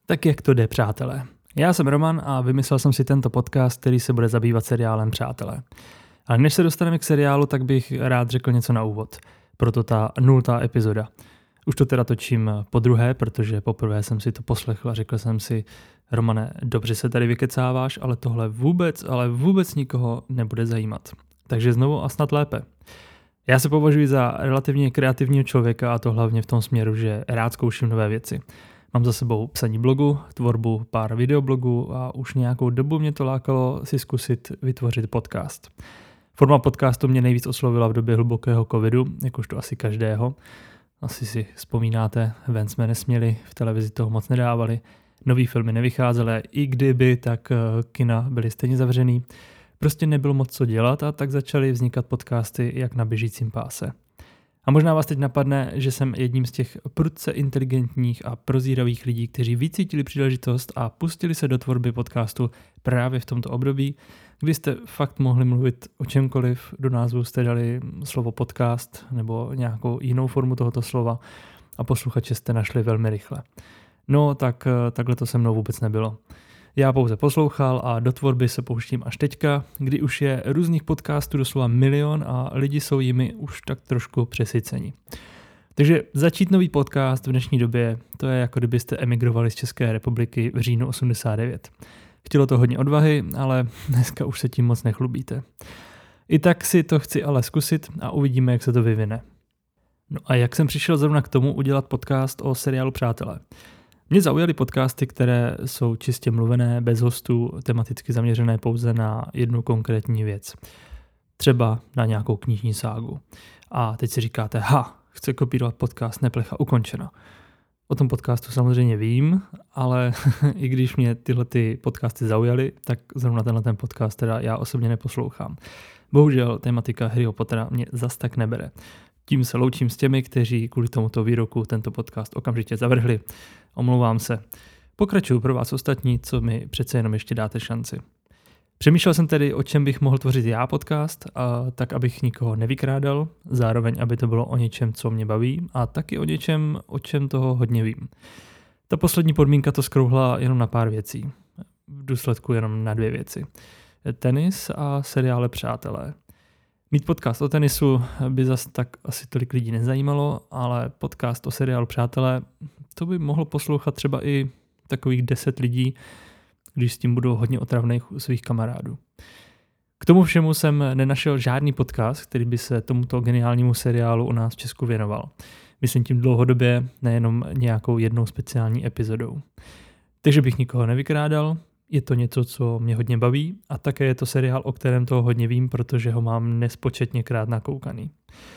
Tak jak to jde, přátelé? Já jsem Roman a vymyslel jsem si tento podcast, který se bude zabývat seriálem Přátelé. Ale než se dostaneme k seriálu, tak bych rád řekl něco na úvod. Proto ta 0. epizoda. Už to teda točím podruhé, protože poprvé jsem si to poslechl a řekl jsem si, Romane, dobře se tady vykecáváš, ale tohle vůbec nikoho nebude zajímat. Takže znovu a snad lépe. Já se považuji za relativně kreativního člověka a to hlavně v tom směru, že rád zkouším nové věci. Mám za sebou psaní blogu, tvorbu pár videoblogů a už nějakou dobu mě to lákalo si zkusit vytvořit podcast. Forma podcastu mě nejvíc oslovila v době hlubokého covidu, jakožto asi každého. Asi si vzpomínáte, ven jsme nesměli, v televizi toho moc nedávali, nový filmy nevycházely, i kdyby, tak kina byly stejně zavřený. Prostě nebylo moc co dělat a tak začaly vznikat podcasty jak na běžícím páse. A možná vás teď napadne, že jsem jedním z těch prudce inteligentních a prozíravých lidí, kteří vycítili příležitost a pustili se do tvorby podcastu právě v tomto období, kdy jste fakt mohli mluvit o čemkoliv, do názvu jste dali slovo podcast nebo nějakou jinou formu tohoto slova a posluchače jste našli velmi rychle. No tak takhle to se mnou vůbec nebylo. Já pouze poslouchal a do tvorby se pouštím až teďka, kdy už je různých podcastů doslova milion a lidi jsou jimi už tak trošku přesyceni. Takže začít nový podcast v dnešní době, to je jako kdybyste emigrovali z České republiky v říjnu 89. Chtělo to hodně odvahy, ale dneska už se tím moc nechlubíte. I tak si to chci ale zkusit a uvidíme, jak se to vyvine. No a jak jsem přišel zrovna k tomu udělat podcast o seriálu Přátelé? Mě zaujaly podcasty, které jsou čistě mluvené, bez hostů, tematicky zaměřené pouze na jednu konkrétní věc. Třeba na nějakou knižní ságu. A teď si říkáte, chce kopírovat podcast Neplecha ukončeno. O tom podcastu samozřejmě vím, ale i když mě tyhle podcasty zaujaly, tak zrovna ten podcast teda já osobně neposlouchám. Bohužel tematika Harryho Pottera mě zas tak nebere. Tím se loučím s těmi, kteří kvůli tomuto výroku tento podcast okamžitě zavrhli. Omlouvám se. Pokračuju pro vás ostatní, co mi přece jenom ještě dáte šanci. Přemýšlel jsem tedy, o čem bych mohl tvořit já podcast, tak abych nikoho nevykrádal, zároveň aby to bylo o něčem, co mě baví a taky o něčem, o čem toho hodně vím. Ta poslední podmínka to skrouhla jenom na pár věcí. V důsledku jenom na 2 věci. Tenis a seriály Přátelé. Mít podcast o tenisu by zas tak asi tolik lidí nezajímalo, ale podcast o seriálu Přátelé, to by mohlo poslouchat třeba i takových 10 lidí, když s tím budou hodně otravných u svých kamarádů. K tomu všemu jsem nenašel žádný podcast, který by se tomuto geniálnímu seriálu u nás v Česku věnoval. Myslím tím dlouhodobě, nejenom nějakou jednou speciální epizodou. Takže bych nikoho nevykrádal, je to něco, co mě hodně baví a také je to seriál, o kterém toho hodně vím, protože ho mám nespočetněkrát nakoukaný.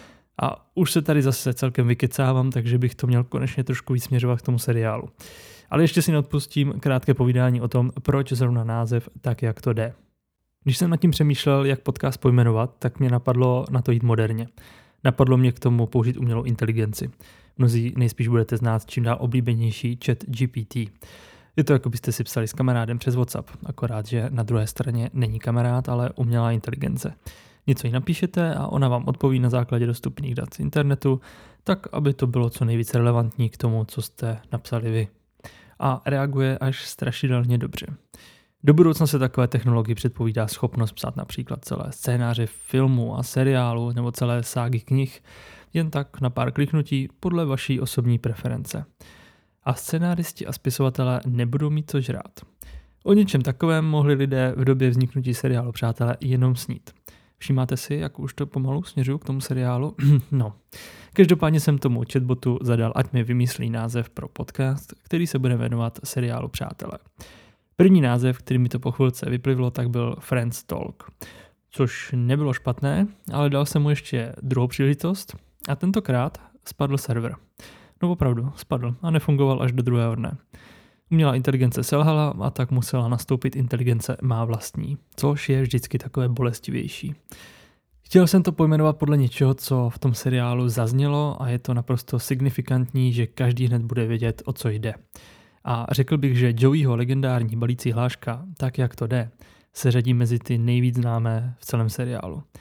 A už se tady zase celkem vykecávám, takže bych to měl konečně trošku víc směřovat k tomu seriálu. Ale ještě si neodpustím krátké povídání o tom, proč zrovna název Tak jak to jde. Když jsem nad tím přemýšlel, jak podcast pojmenovat, tak mě napadlo na to jít moderně. Napadlo mě k tomu použít umělou inteligenci. Mnozí nejspíš budete znát čím dál oblíbenější ChatGPT. Je to, jako byste si psali s kamarádem přes WhatsApp, akorát, že na druhé straně není kamarád, ale umělá inteligence. Něco jí napíšete a ona vám odpoví na základě dostupných dat z internetu, tak aby to bylo co nejvíc relevantní k tomu, co jste napsali vy. A reaguje až strašidelně dobře. Do budoucna se takové technologii předpovídá schopnost psát například celé scénáře filmu a seriálu nebo celé ságy knih, jen tak na pár kliknutí podle vaší osobní preference. A scénáristi a spisovatelé nebudou mít co žrát. O něčem takovém mohli lidé v době vzniknutí seriálu Přátelé jenom snít. Všímáte si, jak už to pomalu směřuju k tomu seriálu? No. Každopádně jsem tomu chatbotu zadal, ať mi vymyslí název pro podcast, který se bude jmenovat seriálu Přátelé. První název, který mi to po chvilce vyplivlo, tak byl Friends Talk. Což nebylo špatné, ale dal jsem mu ještě druhou příležitost a tentokrát spadl server. No opravdu, spadl a nefungoval až do druhého dne. Umělá inteligence selhala a tak musela nastoupit inteligence má vlastní, což je vždycky takové bolestivější. Chtěl jsem to pojmenovat podle něčeho, co v tom seriálu zaznělo a je to naprosto signifikantní, že každý hned bude vědět, o co jde. A řekl bych, že Joeyho legendární balící hláška Tak jak to jde se řadí mezi ty nejvíc známé v celém seriálu.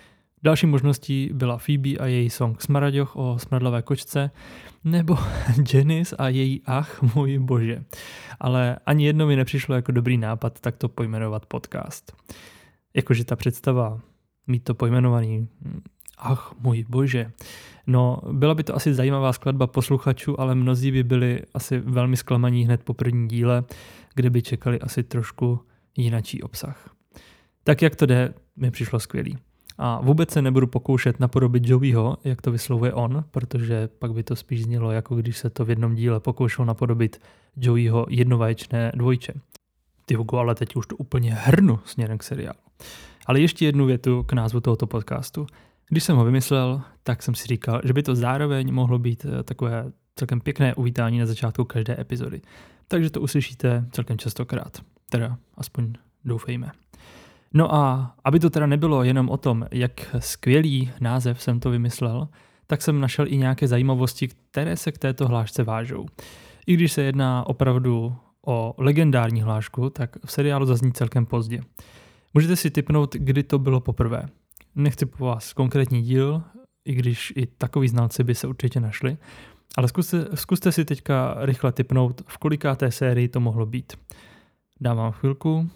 Další možností byla Phoebe a její song Smaraďoch o smradlavé kočce, nebo Janice a její Ach, můj bože. Ale ani jedno mi nepřišlo jako dobrý nápad takto pojmenovat podcast. Jakože ta představa mít to pojmenovaný Ach, můj bože. No, byla by to asi zajímavá skladba posluchačů, ale mnozí by byli asi velmi zklamaní hned po první díle, kde by čekali asi trošku jinačí obsah. Tak jak to jde, mi přišlo skvělý. A vůbec se nebudu pokoušet napodobit Joeyho, jak to vyslovuje on, protože pak by to spíš znělo, jako když se to v jednom díle pokoušel napodobit Joeyho jednovaječné dvojče. Ty Hugo, ale teď už to úplně hrnu směrem k seriálu. Ale ještě jednu větu k názvu tohoto podcastu. Když jsem ho vymyslel, tak jsem si říkal, že by to zároveň mohlo být takové celkem pěkné uvítání na začátku každé epizody. Takže to uslyšíte celkem častokrát. Teda aspoň doufejme. No a aby to teda nebylo jenom o tom, jak skvělý název jsem to vymyslel, tak jsem našel i nějaké zajímavosti, které se k této hlášce vážou. I když se jedná opravdu o legendární hlášku, tak v seriálu zazní celkem pozdě. Můžete si tipnout, kdy to bylo poprvé. Nechci po vás konkrétní díl, i když i takový znalci by se určitě našli, ale zkuste si teďka rychle tipnout, v kolikáté sérii to mohlo být. Dám vám chvilku.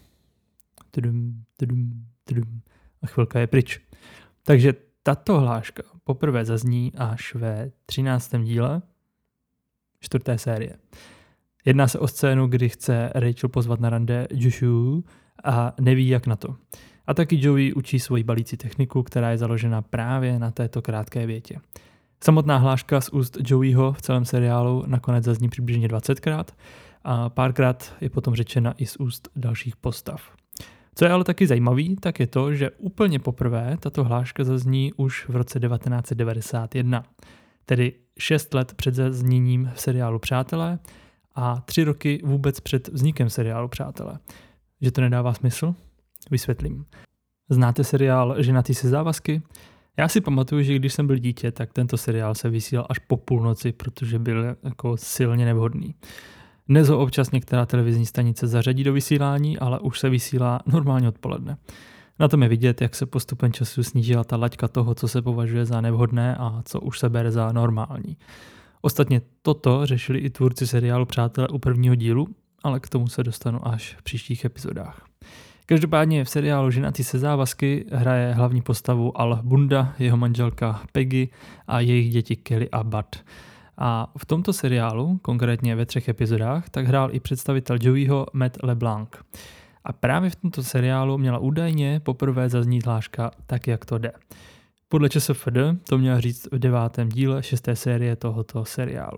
A chvilka je pryč. Takže tato hláška poprvé zazní až ve 13. díle 4. série. Jedná se o scénu, kdy chce Rachel pozvat na rande Joshua a neví jak na to. A taky Joey učí svoji balící techniku, která je založena právě na této krátké větě. Samotná hláška z úst Joeyho v celém seriálu nakonec zazní přibližně 20krát a párkrát je potom řečena i z úst dalších postav. Co je ale taky zajímavý, tak je to, že úplně poprvé tato hláška zazní už v roce 1991, tedy 6 let před zazněním v seriálu Přátelé a 3 roky vůbec před vznikem seriálu Přátelé. Že to nedává smysl? Vysvětlím. Znáte seriál Ženatý se závazky? Já si pamatuju, že když jsem byl dítě, tak tento seriál se vysílal až po půlnoci, protože byl jako silně nevhodný. Dnes ho občas některá televizní stanice zařadí do vysílání, ale už se vysílá normálně odpoledne. Na tom je vidět, jak se postupem času snížila ta laťka toho, co se považuje za nevhodné a co už se bere za normální. Ostatně toto řešili i tvůrci seriálu Přátelé u prvního dílu, ale k tomu se dostanu až v příštích epizodách. Každopádně v seriálu Ženatý se závazky hraje hlavní postavu Al Bunda, jeho manželka Peggy a jejich děti Kelly a Bud. A v tomto seriálu, konkrétně ve 3 epizodách, tak hrál i představitel Joeyho Matt LeBlanc. A právě v tomto seriálu měla údajně poprvé zaznít hláška Tak jak to jde. Podle ČSFD to měla říct v 9. díle 6. série tohoto seriálu.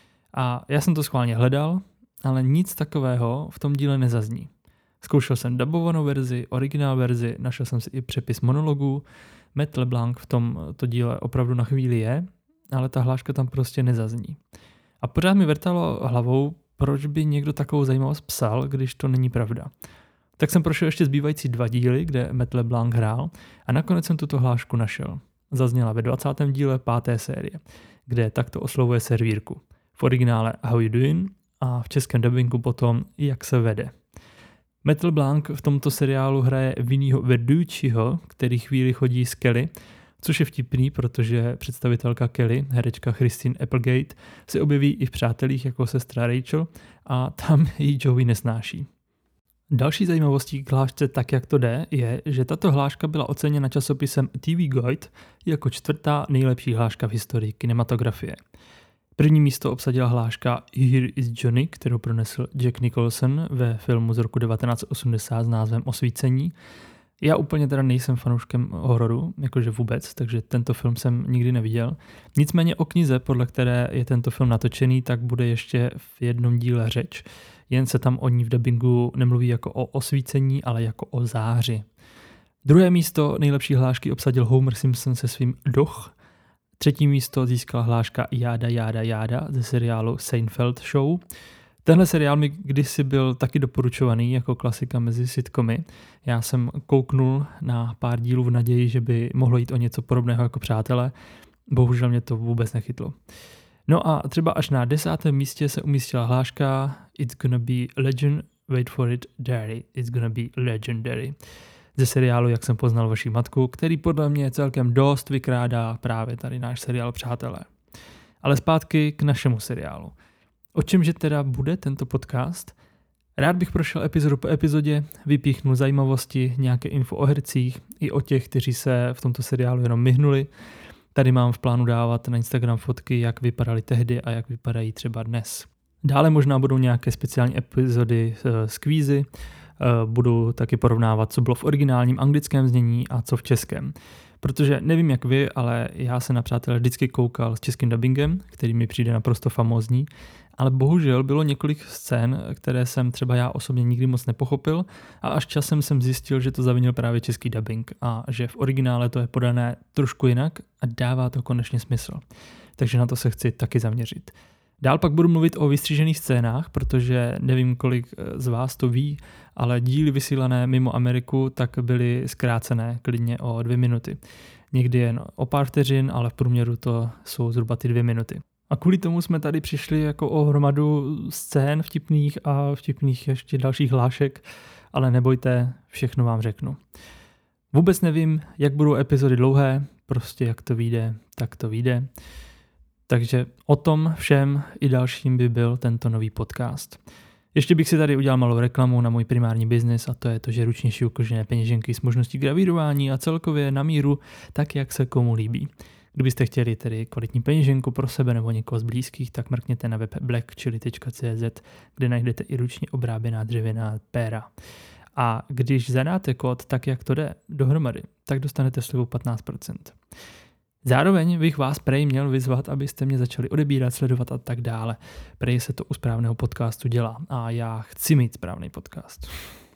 A já jsem to schválně hledal, ale nic takového v tom díle nezazní. Zkoušel jsem dabovanou verzi, originál verzi, našel jsem si i přepis monologů. Matt LeBlanc v tomto díle opravdu na chvíli je, ale ta hláška tam prostě nezazní. A pořád mi vrtalo hlavou, proč by někdo takovou zajímavost psal, když to není pravda. Tak jsem prošel ještě zbývající 2 díly, kde Matt LeBlanc hrál a nakonec jsem tuto hlášku našel. Zazněla ve 20. díle 5. série, kde takto oslovuje servírku. V originále How you doing a v českém dabingu potom Jak se vede. Matt LeBlanc v tomto seriálu hraje Vinnyho Verducciho, který chvíli chodí s Kelly, což je vtipný, protože představitelka Kelly, herečka Christine Applegate, se objeví i v Přátelích jako sestra Rachel a tam ji Joey nesnáší. Další zajímavostí k hlášce Tak jak to jde je, že tato hláška byla oceněna časopisem TV Guide jako 4. nejlepší hláška v historii kinematografie. První místo obsadila hláška Here is Johnny, kterou pronesl Jack Nicholson ve filmu z roku 1980 s názvem Osvícení. Já úplně teda nejsem fanouškem hororu, jakože vůbec, takže tento film jsem nikdy neviděl. Nicméně o knize, podle které je tento film natočený, tak bude ještě v jednom díle řeč. Jen se tam o ní v dabingu nemluví jako o osvícení, ale jako o záři. Druhé místo nejlepší hlášky obsadil Homer Simpson se svým Doch. 3. místo získala hláška Jáda, jáda, jáda ze seriálu Seinfeld Show. Tenhle seriál mi kdysi byl taky doporučovaný jako klasika mezi sitcomy. Já jsem kouknul na pár dílů v naději, že by mohlo jít o něco podobného jako Přátelé. Bohužel mě to vůbec nechytlo. No a třeba až na 10. místě se umístila hláška It's gonna be legend, wait for it, daddy, it's gonna be legendary. ze seriálu Jak jsem poznal vaši matku, který podle mě celkem dost vykrádá právě tady náš seriál Přátelé. Ale zpátky k našemu seriálu. O čemže teda bude tento podcast? Rád bych prošel epizodu po epizodě, vypíchnul zajímavosti, nějaké info o hercích, i o těch, kteří se v tomto seriálu jenom myhnuli. Tady mám v plánu dávat na Instagram fotky, jak vypadaly tehdy a jak vypadají třeba dnes. Dále možná budou nějaké speciální epizody z kvízy, budu taky porovnávat, co bylo v originálním anglickém znění a co v českém. Protože nevím jak vy, ale já se na Přátelé vždycky koukal s českým dubbingem, který mi přijde naprosto famózní, ale bohužel bylo několik scén, které jsem třeba já osobně nikdy moc nepochopil a až časem jsem zjistil, že to zavinil právě český dubbing a že v originále to je podané trošku jinak a dává to konečně smysl. Takže na to se chci taky zaměřit. Dál pak budu mluvit o vystřížených scénách, protože nevím, kolik z vás to ví, ale díly vysílané mimo Ameriku tak byly zkrácené klidně o 2 minuty. Někdy jen o pár vteřin, ale v průměru to jsou zhruba ty 2 minuty. A kvůli tomu jsme tady přišli jako o hromadu scén vtipných a vtipných ještě dalších hlášek, ale nebojte, všechno vám řeknu. Vůbec nevím, jak budou epizody dlouhé, prostě jak to vyjde, tak to vyjde. Takže o tom všem i dalším by byl tento nový podcast. Ještě bych si tady udělal malou reklamu na můj primární biznis a to je to, že ručně šiju kožené peněženky s možností gravírování a celkově na míru, tak jak se komu líbí. Kdybyste chtěli tedy kvalitní peněženku pro sebe nebo někoho z blízkých, tak mrkněte na web blackchili.cz, kde najdete i ručně obráběná dřevěná péra. A když zadáte kód tak, jak to jde, dohromady, tak dostanete slevu 15%. Zároveň bych vás prej měl vyzvat, abyste mě začali odebírat, sledovat a tak dále. Prej se to u správného podcastu dělá a já chci mít správný podcast.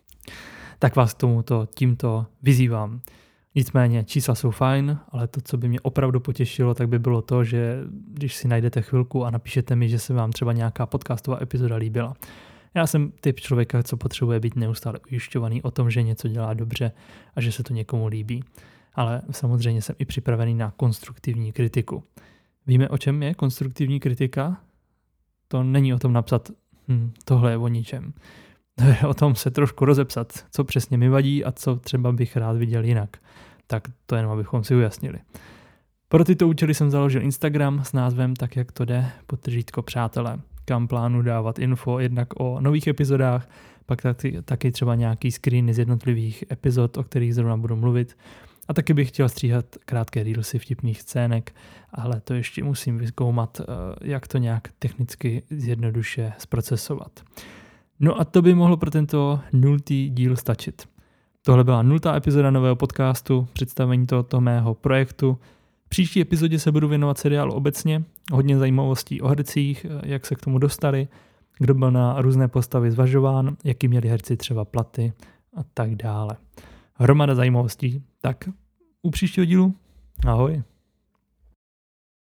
Tak vás k tomuto tímto vyzývám. Nicméně čísla jsou fajn, ale to, co by mě opravdu potěšilo, tak by bylo to, že když si najdete chvilku a napíšete mi, že se vám třeba nějaká podcastová epizoda líbila. Já jsem typ člověka, co potřebuje být neustále ujišťovaný o tom, že něco dělá dobře a že se to někomu líbí. Ale samozřejmě jsem i připravený na konstruktivní kritiku. Víme, o čem je konstruktivní kritika? To není o tom napsat, tohle je o ničem. To je o tom se trošku rozepsat, co přesně mi vadí a co třeba bych rád viděl jinak. Tak to jenom abychom si ujasnili. Pro tyto účely jsem založil Instagram s názvem Tak jak to jde, _ Přátelé, kam plánu dávat info jednak o nových epizodách, pak taky třeba nějaký screeny z jednotlivých epizod, o kterých zrovna budu mluvit. A taky bych chtěl stříhat krátké reelsy vtipných scének, ale to ještě musím vyzkoumat, jak to nějak technicky zjednoduše zprocesovat. No a to by mohlo pro tento 0. díl stačit. Tohle byla 0. epizoda nového podcastu, představení tohoto mého projektu. V příští epizodě se budu věnovat seriálu obecně, hodně zajímavostí o hercích, jak se k tomu dostali, kdo byl na různé postavy zvažován, jaký měli herci třeba platy a tak dále. Hromada zajímavostí. Tak u příštího dílu ahoj.